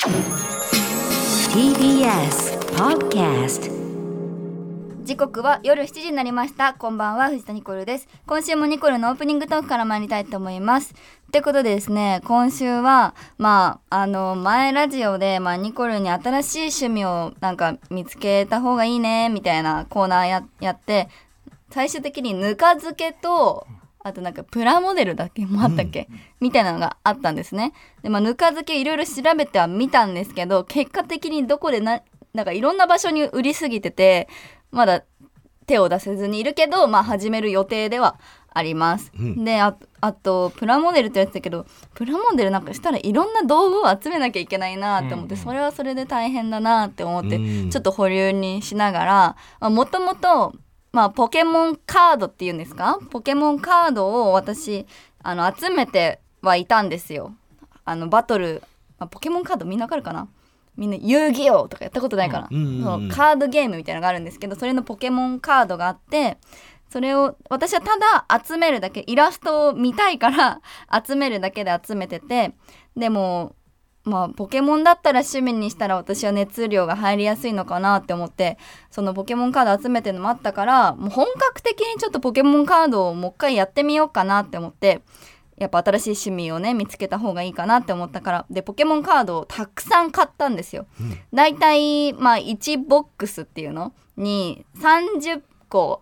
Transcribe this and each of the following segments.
TBS Podcast。 時刻は夜7時になりました。こんばんは、藤田ニコルです。今週もニコルのオープニングトークから参りたいと思います。ということでですね、今週は前ラジオで、ニコルに新しい趣味をなんか見つけた方がいいねみたいなコーナーやって、最終的にぬか漬けとあとなんかプラモデルだけもあったっけ、みたいなのがあったんですね。で、ぬか漬けいろいろ調べてはみたんですけど、結果的にどこでなんかいろんな場所に売りすぎてて、まだ手を出せずにいるけど、始める予定ではあります。で、あとプラモデルってやつだけど、プラモデルなんかしたらいろんな道具を集めなきゃいけないなって思って、それはそれで大変だなって思って、ちょっと保留にしながら、もともとポケモンカードっていうんですか、ポケモンカードを私集めてはいたんですよ。バトル、ポケモンカードみんなわかるかな、みんな遊戯王とかやったことないかな、そのカードゲームみたいなのがあるんですけど、それのポケモンカードがあって、それを私はただ集めるだけ、イラストを見たいから集めるだけで集めてて、でもポケモンだったら趣味にしたら私は熱量が入りやすいのかなって思って、そのポケモンカード集めてるのもあったから、もう本格的にちょっとポケモンカードをもう一回やってみようかなって思って、やっぱ新しい趣味をね見つけた方がいいかなって思ったから、でポケモンカードをたくさん買ったんですよ。だいたい1ボックスっていうのに30個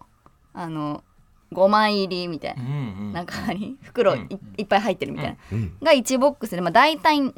5枚入りみたいな、なんか袋 いっぱい入ってるみたいな、が1ボックスでだいたい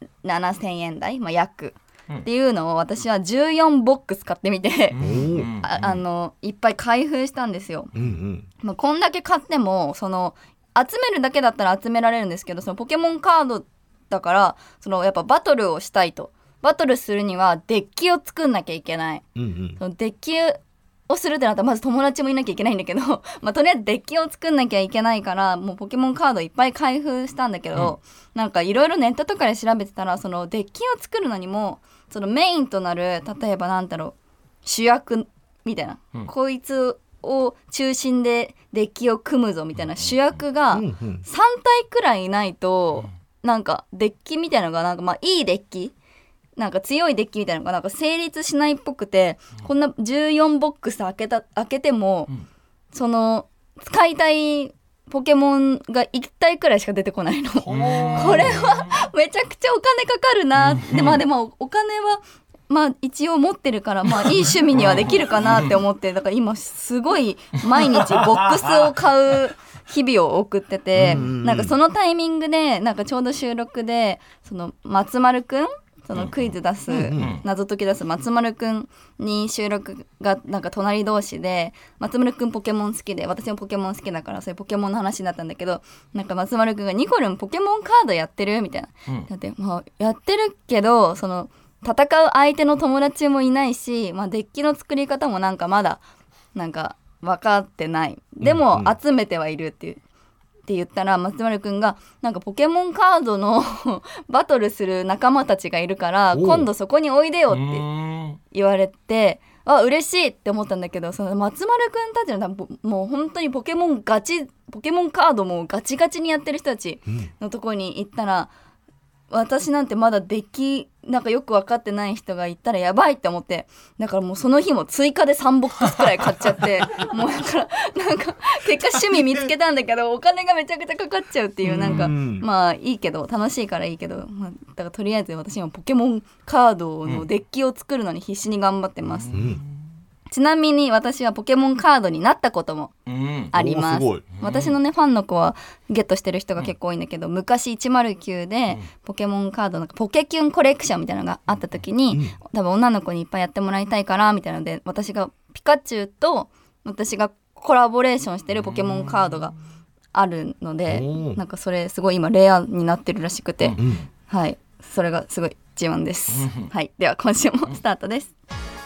7000円台、約っていうのを私は14ボックス買ってみていっぱい開封したんですよ。こんだけ買ってもその集めるだけだったら集められるんですけど、そのポケモンカードだからやっぱバトルをしたいと、バトルするにはデッキを作んなきゃいけない、そのデッキをするってなったらまず友達もいなきゃいけないんだけどとりあえずデッキを作んなきゃいけないから、もうポケモンカードいっぱい開封したんだけど、なんかいろいろネットとかで調べてたら、そのデッキを作るのにもそのメインとなる、例えば主役みたいな、こいつを中心でデッキを組むぞみたいな主役が3体くらいいないと、なんかデッキみたいなのがいいデッキ、なんか強いデッキみたいなのがなんか成立しないっぽくて、こんな14ボックス開けても、その使いたいポケモンが1体くらいしか出てこないのこれはめちゃくちゃお金かかるなって、でもお金は一応持ってるから、いい趣味にはできるかなって思って、だから今すごい毎日ボックスを買う日々を送ってて、なんかそのタイミングでなんかちょうど収録でその松丸くん、そのクイズ出す、謎解き出す松丸くんに収録がなんか隣同士で、松丸くんポケモン好きで私もポケモン好きだから、そういうポケモンの話になったんだけど、なんか松丸くんがニコルンポケモンカードやってるみたいな、だってやってるけどその戦う相手の友達もいないし、デッキの作り方もなんかまだなんか分かってない、でも集めてはいるって言ったら、松丸くんがなんかポケモンカードのバトルする仲間たちがいるから今度そこにおいでよって言われて、嬉しいって思ったんだけど、その松丸くんたちのもう本当にポケモンカードもガチガチにやってる人たちのところに行ったら、私なんてまだデッキなんかよく分かってない人がいたらやばいって思って、だからもうその日も追加で3ボックスくらい買っちゃってもうだからなんか結果趣味見つけたんだけどお金がめちゃくちゃかかっちゃうっていう、なんかいいけど楽しいからいいけど、だからとりあえず私今ポケモンカードのデッキを作るのに必死に頑張ってます。ちなみに私はポケモンカードになったこともあります。私のねファンの子はゲットしてる人が結構多いんだけど、昔109でポケモンカードなんかポケキュンコレクションみたいなのがあった時に、多分女の子にいっぱいやってもらいたいからみたいなので、私がピカチュウと私がコラボレーションしてるポケモンカードがあるので、なんかそれすごい今レアになってるらしくて、はい、それがすごい自慢です。はい、では今週もスタートです。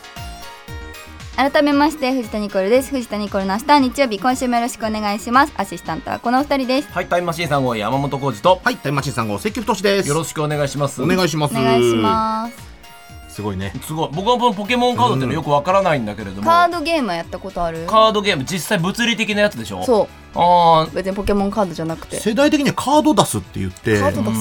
改めまして藤田ニコルです。藤田ニコルの明日日曜日、今週もよろしくお願いします。アシスタントはこのお二人です。 はい、タイムマシーン3号山本浩二と、 はい、タイムマシーン3号関太です。 よろしくお願いします。 お願いします。 お願いします。 すごいね。 すごい。僕はポケモンカードってのよくわからないんだけれども、 カードゲームはやったことある？ カードゲーム実際物理的なやつでしょ？ そあ別にポケモンカードじゃなくて。 世代的にはカードダスって言ってカードダス、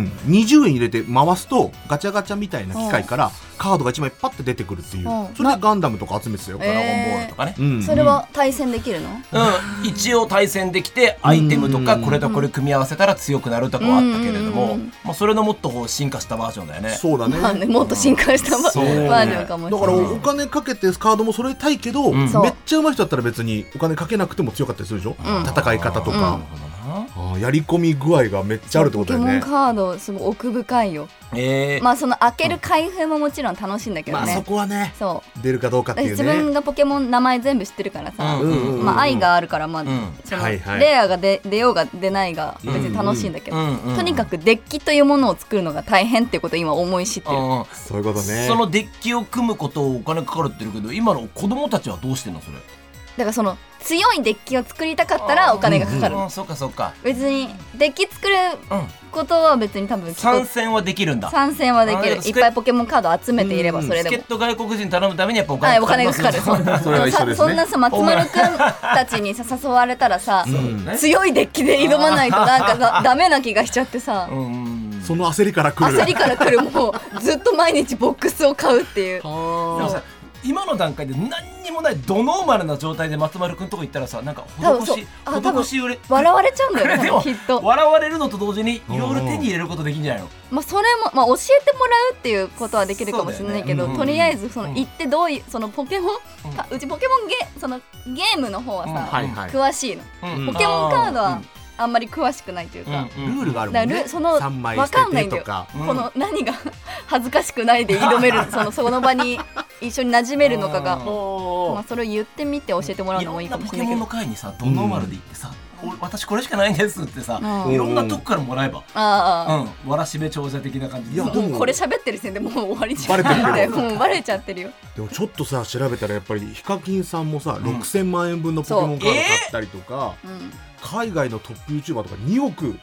20円入れて回すとガチャガチャみたいな機械からカードが1枚パッて出てくるっていう、それでガンダムとか集めてたよ、 ドラゴンボールとかね、 それは対戦できるの？ 一応対戦できてアイテムとかこれとこれ組み合わせたら強くなるとかはあったけれども、それのもっとこう進化したバージョンだよね。 そうだね、 まあね、もっと進化したバージョンかもしれない。 だからお金かけてカードも揃えたいけど、めっちゃ上手い人だったら別にお金かけなくても強かったりするでしょ、戦い方とか、やり込み具合がめっちゃあるってことだよね。 ポケモンカードすごい奥深いよ。まあその開ける開封ももちろん楽しいんだけどね、 まあそこはね、 そう出るかどうかっていうね。 自分がポケモン名前全部知ってるからさ、まあ愛があるからまあそのレアが出ようが出ないが別に楽しいんだけど、とにかくデッキというものを作るのが大変っていうことを今思い知ってる。 そういうことね。 そのデッキを組むことをお金かかるって言うけど、今の子供たちはどうしてんのそれ？ だからその強いデッキを作りたかったらお金がかかる。 そうかそうか。 別にデッキ作ることは別に多分参戦はできるんだ。 参戦はできる。いっぱいポケモンカード集めていればそれでも。 助っ人外国人頼むためにやっぱお金がかかる。 それは一緒ですね。 そんなさ松丸くんたちにさ誘われたらさ、強いデッキで挑まないとなんかダメな気がしちゃってさ。 その焦りから来るもうずっと毎日ボックスを買うっていう。 でもさ今の段階で何にもないドノーマルな状態で松丸くんとこ行ったらさ、なんか施し売れ笑われちゃうんだよね。 でもきっと笑われるのと同時にいろいろ手に入れることできんじゃないの？ まあそれもまあ教えてもらうっていうことはできるかもしれないけど、とりあえずその行ってどういうそのポケモンうちポケモンそのゲームの方はさ詳しいの。ポケモンカードはあんまり詳しくないというか、 ルールがあるもんね。 その分かんないんだよ。この何が恥ずかしくないで挑めるその場に一緒に馴染めるのかが、まあそれを言ってみて教えてもらうのもいいかもしれないけど。 ポケモンの会にさドノーマルで行ってさ、私これしかないんですってさ、いろんなとこからもらえば、わらしべ長者的な感じで。 もうこれ喋ってる時点でもう終わりじゃん。もうバレちゃってるよ。 でもちょっとさ調べたらやっぱりヒカキンさんもさ6000万円分のポケモンカード買ったりとか、海外のトップ YouTuber とか2億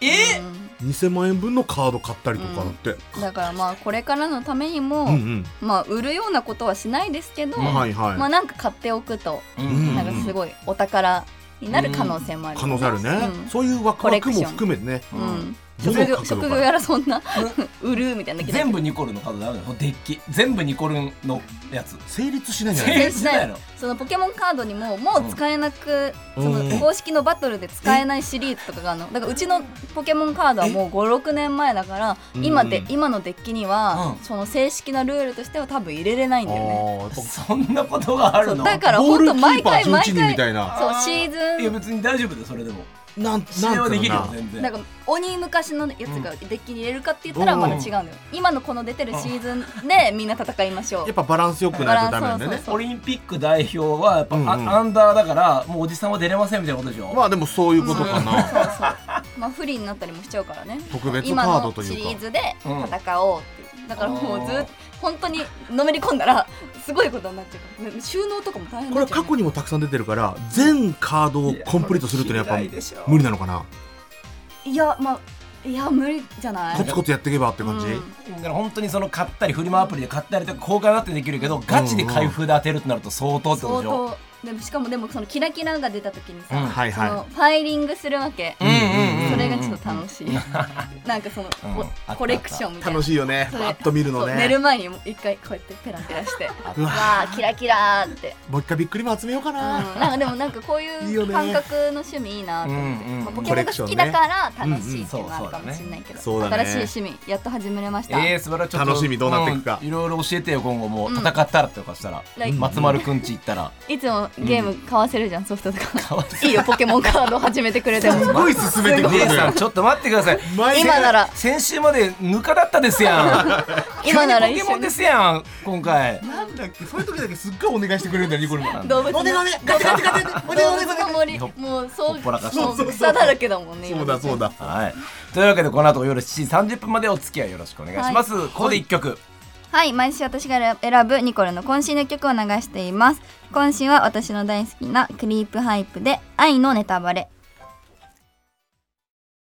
2000万円分のカード買ったりとかだって、 だからまあこれからのためにも、まあ売るようなことはしないですけど、まあなんか買っておくとなんかすごいお宝になる可能性もある。 可能性あるね。そういうワクワクも含めてね。 職業やらそんな売るみたいな。 全部ニコルのカードダメだよ。デッキ全部ニコルのやつ成立しないんじゃない？ 成立しないの。 そのポケモンカードにももう使えなく、その公式のバトルで使えないシリーズとかがあるの。だからうちのポケモンカードはもう5、6年前だから、今のデッキにはその正式なルールとしては多分入れれないんだよね。 そんなことがあるの？ だから本当毎回そうシーズン。 いや別に大丈夫だよそれでも。 なんできるよ全然。 なんか鬼昔のやつがデッキに入れるかって言ったらまだ違うのよ。今のこの出てるシーズンでみんな戦いましょう。 やっぱバランスよくないとダメなんだよね。 オリンピック代表はやっぱアンダーだからもうおじさんは出れませんみたいなことでしょ。 まあでもそういうことかな。 まあ不利になったりもしちゃうからね。 特別カードというか今のシリーズで戦おうっていう。だからもうずっと本当にのめり込んだらすごいことになっちゃうから、収納とかも大変。 これ過去にもたくさん出てるから全カードをコンプリートするっていうのはやっぱ無理なのかな。 いやまあいや無理じゃない。 コツコツやっていけばって感じ。 だから本当にその買ったりフリマアプリで買ったりとか交換だってできるけど、ガチで開封で当てるってなると相当ってことでしょ。 でもしかもそのキラキラが出た時にさ、そのはいはい、 ファイリングするわけ。それがちょっと楽しい。なんかそのコレクションみたいな。 楽しいよね。パッと見るのね。 寝る前に一回こうやってペラペラして、わあキラキラーって。 もう一回びっくりも集めようかな。 なんかでもなんかこういう感覚の趣味いいなと思って。ポケモンが好きだから楽しいっていうのあるかもしれないけど、新しい趣味やっと始めれました。 素晴らしい。 楽しみどうなっていくか。 いろいろ教えてよ今後も。戦ったらとかしたら松丸くんち行ったらいつもゲーム買わせるじゃん、ソフトとか。いいよポケモンカード始めてくれても。 すごい進めてくれる。 ちょっと待ってください。 今なら先週までぬかだったですやん。 今ならポケモンですやん今回。 なんだっけ、そういう時だけすっごいお願いしてくれるんだよニコルも。 動物の森もうそう草だらけだもんね。 そうだ。 はい。というわけでこの後夜7時30分までお付き合いよろしくお願いします。ここで1曲。 はい、毎週私が選ぶニコルの渾身の曲を流しています。今週は私の大好きなクリープハイプで愛のネタバレ。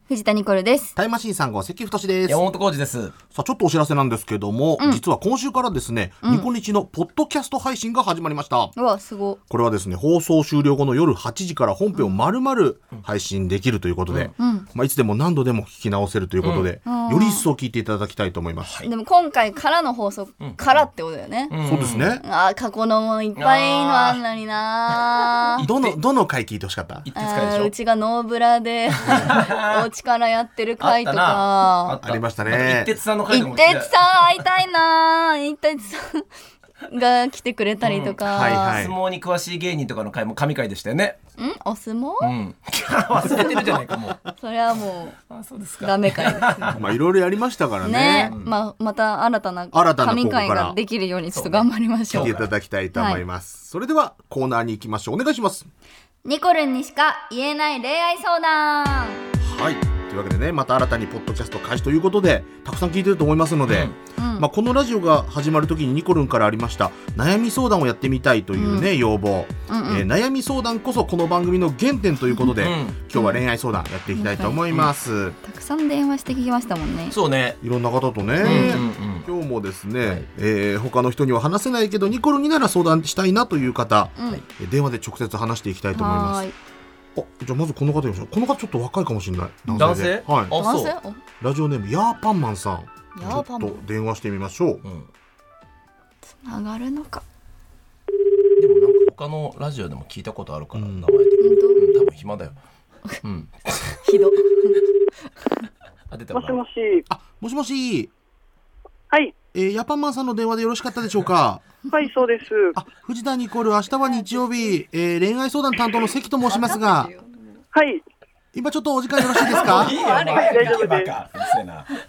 藤田ニコルです。 タイムマシーン3号関太です。 山本浩二です。 さあちょっとお知らせなんですけども、実は今週からですね、ニコニチのポッドキャスト配信が始まりました。 うわすご。 これはですね、放送終了後の夜8時から本編を丸々配信できるということで、いつでも何度でも聞き直せるということで、より一層聞いていただきたいと思います。 でも今回からの放送からってことだよね。 そうですね。 過去のもいっぱいのあんのにな。 どの回聞いてほしかった？ うちがノーブラでお家からやってる回とかありましたね。 一徹さんの回も一徹さん会いたいな。一徹さんが来てくれたりとか、 相撲に詳しい芸人とかの回も神回でしたよね。 お相撲？ 忘れてるじゃないかもう。 それはもうそうですか。 ダメ回ですいろいろやりましたからね。 また新たな神回ができるようにちょっと頑張りましょう。 聞いていただきたいと思います。それではコーナーに行きましょう。お願いします。 ニコルンにしか言えない恋愛相談。 はい、というわけでね、また新たにポッドキャスト開始ということでたくさん聞いてると思いますので、このラジオが始まる時にニコルンからありました悩み相談をやってみたいというね、要望、悩み相談こそこの番組の原点ということで、今日は恋愛相談やっていきたいと思います。 たくさん電話して聞きましたもんね。 そうね、 いろんな方とね、今日もですね、他の人には話せないけどニコルンになら相談したいなという方、電話で直接話していきたいと思います。じゃあまずこの方いきましょう。この方ちょっと若いかもしれない。 男性？ はい。 男性？ ラジオネームヤーパンマンさん。ちょっと電話してみましょう。 つながるのか。 でもなんか他のラジオでも聞いたことあるから名前で。多分暇だよ。 ひど。 出た。 もしもし。 もしもし。 はい。 ヤーパンマンさんの電話でよろしかったでしょうか？ はい、そうです。 藤田ニコル、明日は日曜日、恋愛相談担当の関と申しますが、 はい。 今ちょっとお時間よろしいですか？ いいよ、 大丈夫です。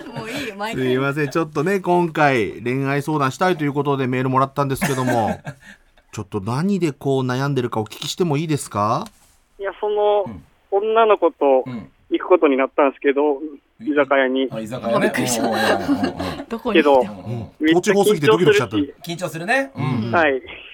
もういいよ、 すいません、ちょっとね、今回恋愛相談したいということでメールもらったんですけどもちょっと何でこう悩んでるかお聞きしてもいいですか？ いや、その、女の子と行くことになったんですけど、居酒屋に。 居酒屋ね。 どこに？ けど、めっちゃ緊張するし。 緊張するね。 はい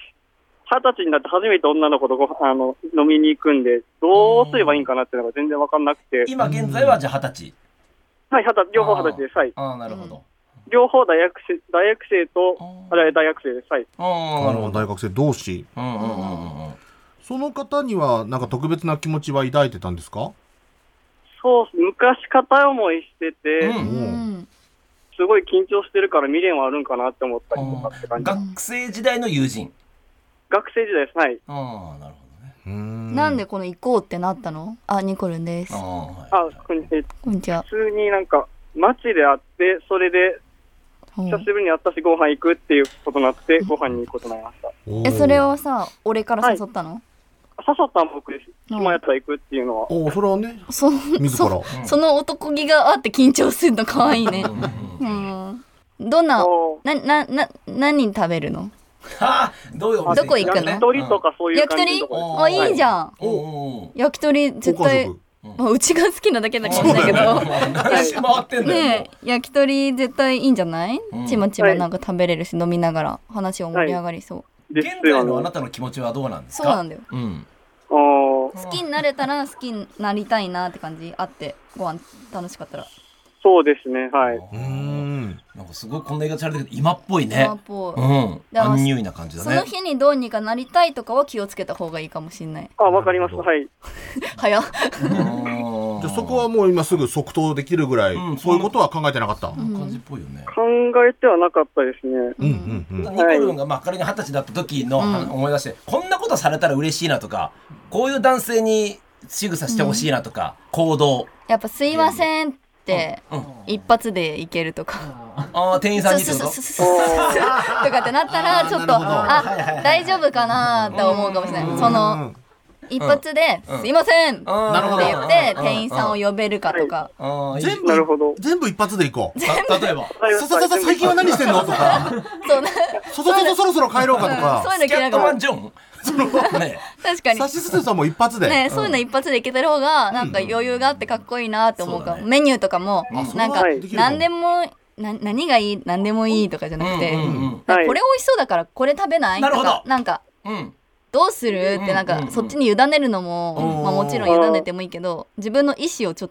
。20歳になって初めて女の子と飲みに行くんで、どうすればいいんかなっていうのが全然分かんなくて。 今現在はじゃあ20歳？ はい、両方20歳です。はい。 なるほど。 両方大学生と、大学生です。はい。 大学生同士。その方にはなんか特別な気持ちは抱いてたんですか？ そう、昔片思いしてて、すごい緊張してるから未練はあるんかなって思ったりとかって感じ。 学生時代の友人？ 学生時代です。はい。 なるほどね。 なんでこの行こうってなったの？ニコルンです。 こんにちは。普通になんか街で会って、それで久しぶりに会ったしご飯行くっていうことになってご飯に行くことになりました。 それをさ、俺から誘ったの？ 誘ったの僕です。暇やったら行くっていうのは。 それはね、自ら。 その男気があって緊張するの可愛いね。どんな、何食べるの？ どこ行くの？ 焼き鳥とかそういう感じのところです。 いいじゃん。焼き鳥絶対、うちが好きなだけだからだけど。ねえ、焼き鳥絶対いいんじゃない？ちまちまなんか食べれるし、飲みながら話を盛り上がりそう。 現在のあなたの気持ちはどうなんですか？ そうなんだよ。好きになれたら好きになりたいなって感じあって、ご飯楽しかったら。 そうですね、はい。 なんかすごいこんな言い方されてるけど今っぽいね。 今っぽい。 アンニュイな感じだね。 その日にどうにかなりたいとかは気をつけた方がいいかもしれない。 わかります。はい。 早っ。 じゃあそこはもう今すぐ即答できるぐらい、そういうことは考えてなかった？ 感じっぽいよね。 考えてはなかったですね。 ニコルンが仮に20歳だった時の思い出して、こんなことされたら嬉しいなとか、こういう男性に仕草してほしいなとか、行動。 やっぱすいませんって一発でいけるとか。 店員さんにってこと？ とかってなったらちょっと大丈夫かなって思うかもしれない。その一発で「すいません!」って言って店員さんを呼べるかとか。 全部一発でいこう。 例えば最近は何してんのとか、そろそろ帰ろうかとか。 そういうのキャットマンジョン。 確かにサシステさんも一発でね、そういうの一発でいけてる方がなんか余裕があってかっこいいなって思うから、メニューとかもなんか何でも何がいい何でもいいとかじゃなくて、これ美味しそうだからこれ食べないとか、なんかどうするってなんかそっちに委ねるのももちろん委ねてもいいけど、自分の意思をちょっと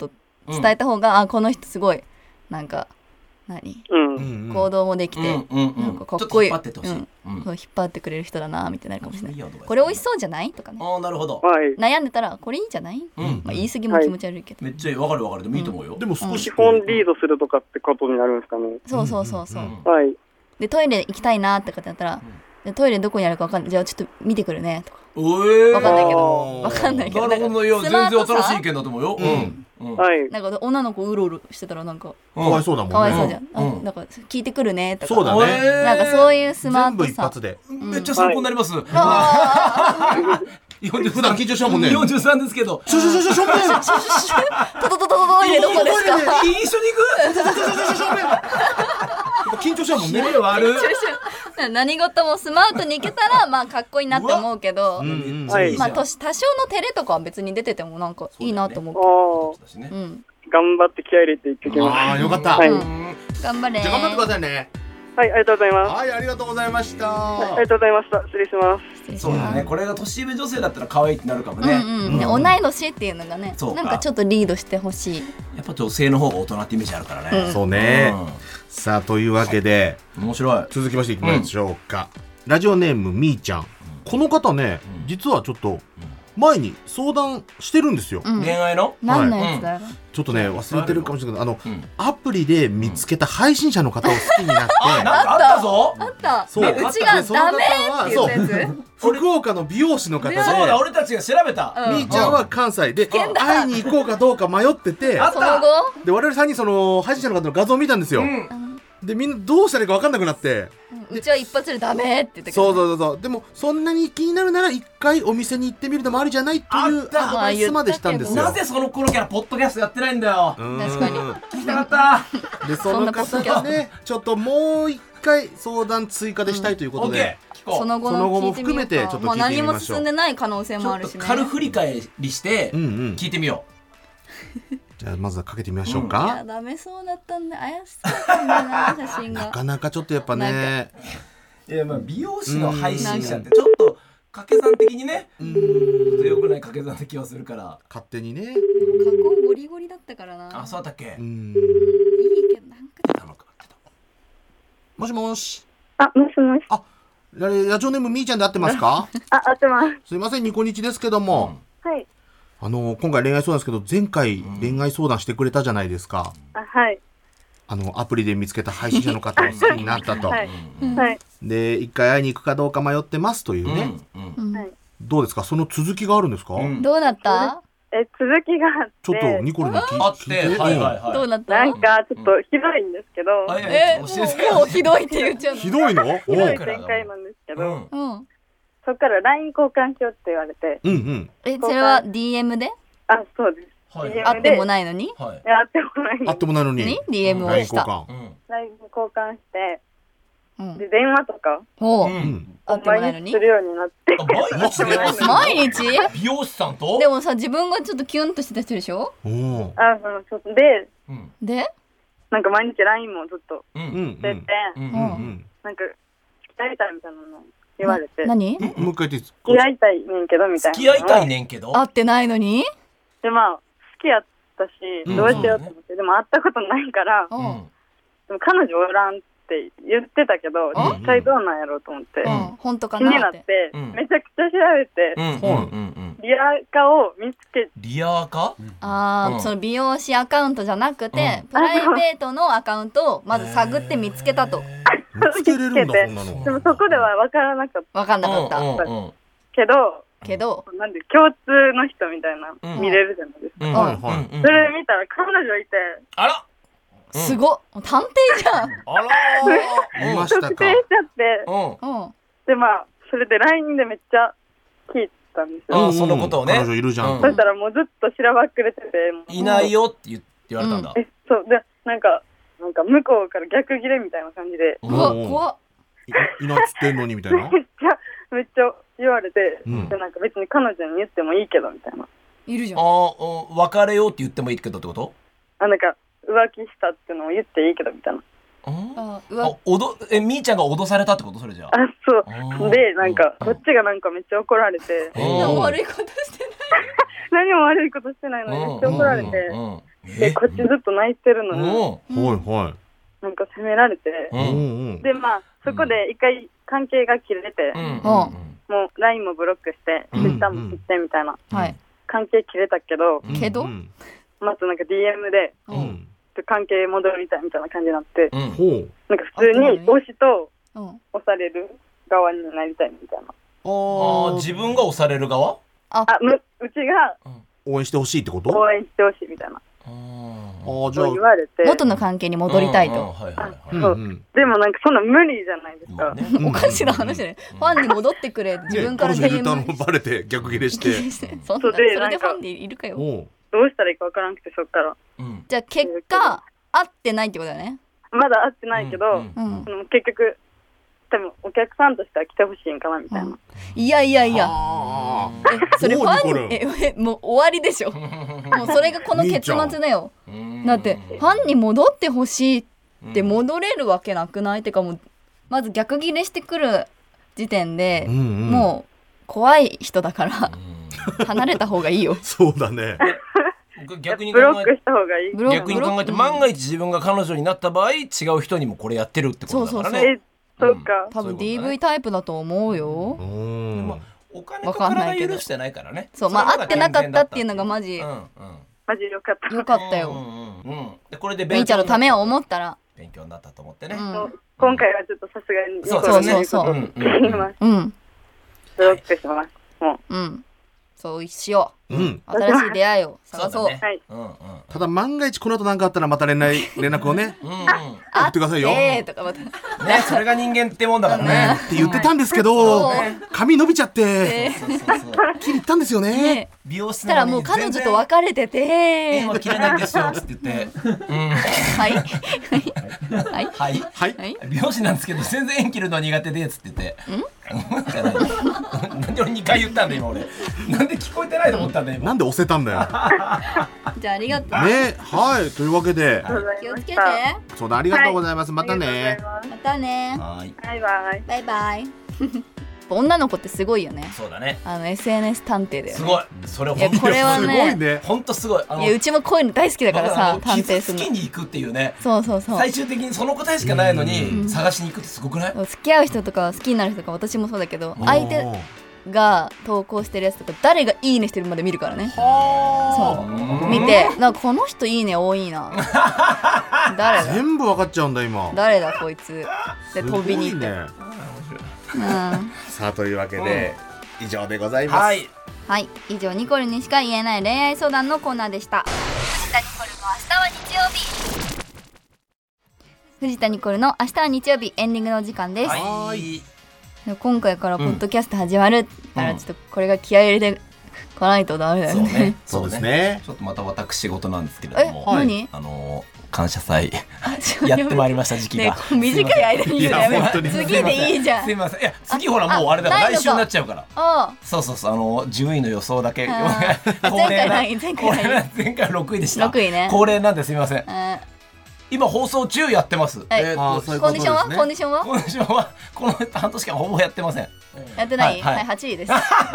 伝えた方が、あこの人すごいなんか何、行動もできて、なんかかっこいい、 ちょっと引っ張ってってほしい、 そう引っ張ってくれる人だなみたいになるかもしれない。 いいアドバイスこれ美味しそうじゃないとかね。 ああなるほど。 悩んでたらこれいいんじゃない、まあ、言い過ぎも気持ち悪いけど、 めっちゃいい。わかるでもいいと思うよ。 でも少し基本リードするとかってことになるんですかね。 そうそうそうそう、 はい。 でトイレ行きたいなって方だったら、でトイレどこにあるか分かんない、じゃあちょっと見てくるねとか、分かんないけど分かんないけど、 なるほど、いや全然新しい意見だと思うよ。 はい。 なんか女の子うろうろしてたらなんかかわいそうだもんね。 かわいそうじゃん、なんか聞いてくるねとか、 そうだね。 なんかそういうスマ全部ートさ一発で。 めっちゃ参考になります。 普段緊張しちゃうもんね。 43ですけど。 しょしょしょしょしょトトトトトトイレどこですか。 一緒に行く。 緊張しちゃうもんね。 何事もスマートにいけたらまあかっこいいなって思うけど、まあ多少の照れとかは別に出ててもなんかいいなと思う。 頑張って気合い入れていってきます。 ああよかった。 はい。 頑張れ。 じゃあ頑張ってくださいね。 はい、ありがとうございます。 はい、ありがとうございました。 ありがとうございました。失礼します。 そうだね。これが年上女性だったら可愛いってなるかもね。 同い年っていうのがね、なんかちょっとリードしてほしい。 やっぱ女性の方が大人ってイメージあるからね。 そうね。さあというわけで面白い。 続きましていきましょうか。ラジオネームみーちゃん。この方ね、実はちょっと前に相談してるんですよ。 恋愛の？ 何のやつだよ。 ちょっとね忘れてるかもしれないけど、アプリで見つけた配信者の方を好きになって、 なんかあったぞ。 あった。 そう、 うちがダメって言ったやつ。 福岡の美容師の方で、 そうだ、俺たちが調べた。 みーちゃんは関西で会いに行こうかどうか迷ってて、 その後で我々3人その配信者の方の画像を見たんですよ。でみんなどうしたらいいか分かんなくなって、 うちは一発でダメって言ったけど、そうでもそんなに気になるなら一回お店に行ってみるのもありじゃないというアドバイスまでしたんですよ。 なぜその頃からポッドキャストやってないんだよ。 確かに聞きたかった。 でその方がねちょっともう一回相談追加でしたいということで、 その後も含めてちょっと聞いてみましょう。 何も進んでない可能性もあるしね。 軽振り返りして聞いてみよう。じゃあまずはかけてみましょうか。 いやダメそうだったんで怪しそうだったんだな写真が。 なかなかちょっとやっぱね。 いやまあ美容師の配信者ってちょっと掛け算的にね、ちょっと良くない掛け算な気はするから勝手にね。 でも加工ゴリゴリだったからな。 あ、そうだったっけ。いいけどなんか。 もしもし。 あ、もしもし。 あ、ラジオネームみーちゃんで合ってますか？ あ、合ってます。 すいません、ニコニチですけども。 はい。 今回恋愛相談ですけど、前回恋愛相談してくれたじゃないですか。 はい。 アプリで見つけた配信者の方を好きになったと。 はい。 で、一回会いに行くかどうか迷ってますというね。どうですか？その続きがあるんですか？ どうだった？ 続きがあって。 ちょっとニコルに聞いて。 どうだった？ なんかちょっとひどいんですけど。 もうひどいって言っちゃうの。 ひどいの？ ひどい展開なんですけど。そっから LINE 交換しようって言われて。 それは DM で？ あ、そうです。 会ってもないのに？ 会ってもない。 会ってもないのに DM をした。 LINE 交換して、で電話とか毎日するようになって。 毎日？ 美容師さんと？ でもさ自分がちょっとキュンとしてた人でしょ？でなんか毎日 LINE もずっとしてて、なんか付き合いたいみたいなの言われて。 何？ もう一回言っていいですか？ 付き合いたいねんけどみたいな。 付き合いたいねんけど。 会ってないのに？ でまあ好きやったしどうしようと思って、でも会ったことないから、でも彼女おらんって言ってたけど実際どうなんやろうと思って本当か気になってめちゃくちゃ調べてリアカを見つけ。 リアカ？ その美容師アカウントじゃなくてプライベートのアカウントをまず探って見つけたと。 見つけれるんだそんなの。 でもそこでは分からなかった。 分かんなかったけどなんで共通の人みたいな見れるじゃないですか。それ見たら彼女いて、 あらすごっ探偵じゃん。 あらいましたか。 特定しちゃって、でまあそれで LINE でめっちゃ聞いたんですよ。 そのことをね。 彼女いるじゃん。 そしたらもうずっとしらばっくれてて、 いないよって言われたんだ。 そうでなんか向こうから逆ギレみたいな感じで、 怖っ。 いなっつってんのにみたいな。 めっちゃ言われて、でなんか別に彼女に言ってもいいけどみたいな。 いるじゃん。 別れようって言ってもいいけどってこと？ なんか浮気したってのを言っていいけどみたいな。 みーちゃんが脅されたってこと？それじゃあ。 そうでなんかこっちがなんかめっちゃ怒られて。 何も悪いことしてない。 何も悪いことしてないのにめっちゃ怒られて。 でこっちずっと泣いてるのに、 はいなんか責められて、でまあそこで一回関係が切れて、もう LINE もブロックして、Twitter も切ってみたいな、関係切れたけど、まずなんか DM で、関係戻りたいみたいな感じになって、なんか普通に推しと押される側になりたいみたいな。 自分が押される側？ うちが応援してほしいってこと？ 応援してほしいみたいな。 じゃあ言われて元の関係に戻りたいと。 でもなんかそんな無理じゃないですか。 おかしな話ね。ファンに戻ってくれ。自分から彼女言ったのバレて逆ギレして。 それでファンでいるかよ。 どうしたらいいかわからなくてそっから。 じゃあ結果会ってないってことだよね。 まだ会ってないけど、結局多分お客さんとしては来てほしいんかなみたいな。 いやそれファンもう終わりでしょ。もうそれがこの結末だよ。だってファンに戻ってほしいって戻れるわけなくない？てかもうまず逆ギレしてくる時点でもう怖い人だから離れた方がいいよ。 そうだね。 逆にブロックした方がいい。 逆に考えて万が一自分が彼女になった場合違う人にもこれやってるってことだからね。 そうか。 多分 DV タイプだと思うよ。 お金と体許してないからね。 そう、まあ会ってなかったっていうのがマジよかった。 よかったよ。 でこれでみーちゃんのためを思ったら勉強になったと思ってね。 今回はちょっとさすがにそうブロックします。 そうしよう。新しい出会いを探そう。 ただ万が一この後何かあったらまた連絡をね送ってくださいよ。 とかまたね、 それが人間ってもんだからね。 って言ってたんですけど髪伸びちゃって切り行ったんですよね。 美容室したらもう彼女と別れてて今切れないんですよっつって言ってはい美容師なんですけど全然縁切るの苦手でっつって言ってなんで俺2回言ったんだ今俺なんで聞こえてないと思ったんだ今なんで押せたんだよ。 じゃあありがとうね。はいというわけで気をつけて。 そうだありがとうございます。またね。 またね。バイバイ。女の子ってすごいよね。 そうだね。 SNS 探偵だよね。 すごい。それ本当すごいね。 本当すごい。 いやうちもこういうの大好きだからさ探偵するの。 好きに行くっていうね。 そう。 最終的にその答えしかないのに探しに行くってすごくない？ 付き合う人とか好きになる人とか私もそうだけど相手が投稿してるやつとか誰がいいねしてるまで見るからね。そう見てなんかこの人いいね多いな。誰だ？ 全部分かっちゃうんだ今。 誰だこいつで飛びに行って。 さあというわけで以上でございます。 はい以上ニコルにしか言えない恋愛相談のコーナーでした。藤田ニコルの明日は日曜日。藤田ニコルの明日は日曜日エンディングの時間です。今回からポッドキャスト始まるからちょっとこれが気合い入れてこないとダメだよね。 そうですね。 ちょっとまた私事なんですけれども、 何？ 感謝祭やってまいりました時期が。 短い間に言うのやめて。次でいいじゃん。 すいません。いや次ほらもうあれだから来週になっちゃうから。そう順位の予想だけ。 前回 6位でした。 6位ね。 恒例なんですいません。今放送中やってます。コンディションはこの半年間ほぼやってません。 やってない。はい8位です。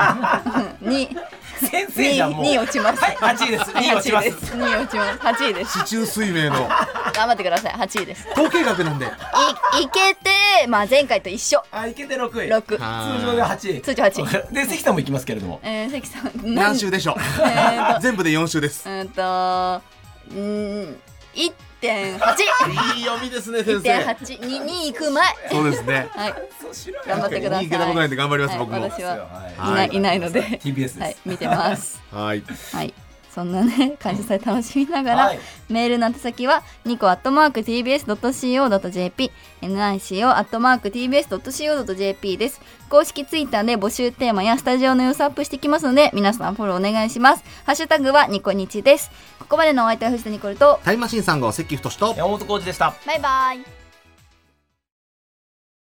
先生じゃんもう。 2位落ちます。 はい8位です。2位落ちます。 2位落ちます。8位です。 市中水明の頑張ってください。8位です。 統計学なんで。 いけてまあ前回と一緒。 いけて6位。 6。 通常で8位。 通常8位。 で関さんも行きますけれども。 関さん何週でしょう。全部で4週です。 1.8 いい読みですね先生。 1.8 2行く前。 そうですね。 はい。頑張ってください。 2行けたことないんで頑張ります僕も。 私はいないので TBS はい見てます。 はい。 そんなね感謝祭楽しみながらメールの宛先はnico@tbs.co.jp nico@tbs.co.jp です。公式ツイッターで募集テーマやスタジオの様子アップしてきますので皆さんフォローお願いします。ハッシュタグはニコニチです。ここまでのお相手は藤田ニコルとタイムマシーン3号関太と山本浩二でした。 バイバイ。